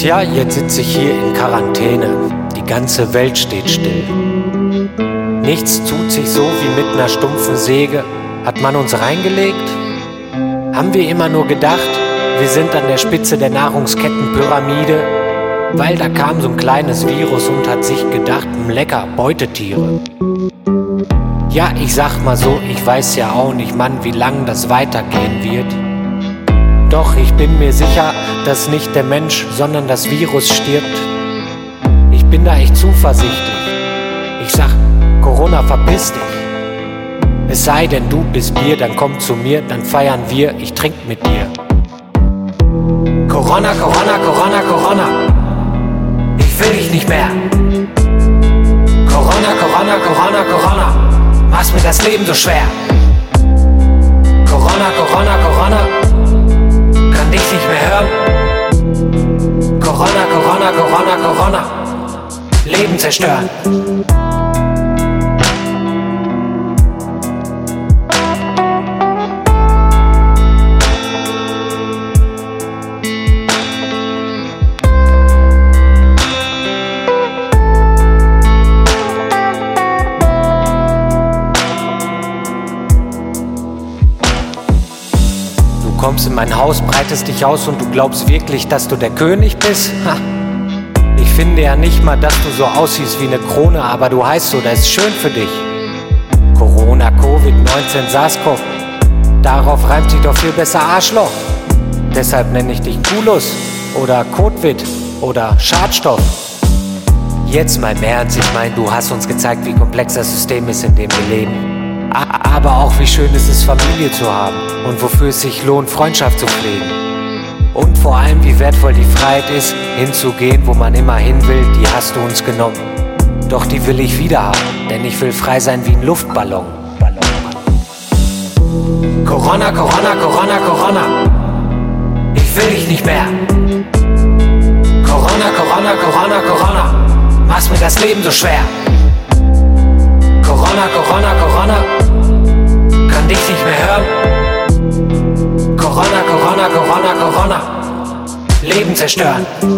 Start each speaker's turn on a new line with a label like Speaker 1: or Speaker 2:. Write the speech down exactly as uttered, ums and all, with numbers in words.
Speaker 1: Tja, jetzt sitze ich hier in Quarantäne. Die ganze Welt steht still. Nichts tut sich so wie mit einer stumpfen Säge. Hat man uns reingelegt? Haben wir immer nur gedacht, wir sind an der Spitze der Nahrungskettenpyramide? Weil da kam so ein kleines Virus und hat sich gedacht, lecker, Beutetiere. Ja, ich sag mal so, ich weiß ja auch nicht, Mann, wie lang das weitergehen wird. Doch ich bin mir sicher, dass nicht der Mensch, sondern das Virus stirbt. Ich bin da echt zuversichtlich. Ich sag, Corona, verpiss dich. Es sei denn, du bist Bier, dann komm zu mir, dann feiern wir, ich trink mit dir. Corona, Corona, Corona, Corona, ich will dich nicht mehr. Corona, Corona, Corona, Corona, machst mir das Leben so schwer. Corona, Corona, Corona, kann dich nicht mehr hören. Corona, Corona, Corona, Corona, Leben zerstören. Du kommst in mein Haus, breitest dich aus und du glaubst wirklich, dass du der König bist? Ha. Ich finde ja nicht mal, dass du so aussiehst wie eine Krone, aber du heißt so, das ist schön für dich. Corona, Covid neunzehn, SARS-CoV, darauf reimt sich doch viel besser Arschloch. Deshalb nenne ich dich Kulus oder Kotwit oder Schadstoff. Jetzt mal im Ernst, ich mein, du hast uns gezeigt, wie komplex das System ist, in dem wir leben. Aber auch wie schön es ist, Familie zu haben und wofür es sich lohnt, Freundschaft zu pflegen. Und vor allem, wie wertvoll die Freiheit ist, hinzugehen, wo man immer hin will, die hast du uns genommen. Doch die will ich wieder haben, denn ich will frei sein wie ein Luftballon. Corona, Corona, Corona, Corona, ich will dich nicht mehr. Corona, Corona, Corona, Corona, machst mir das Leben so schwer. Corona, Corona, Corona, kann dich nicht mehr hören. Corona, Corona, Corona, Corona, Leben zerstören.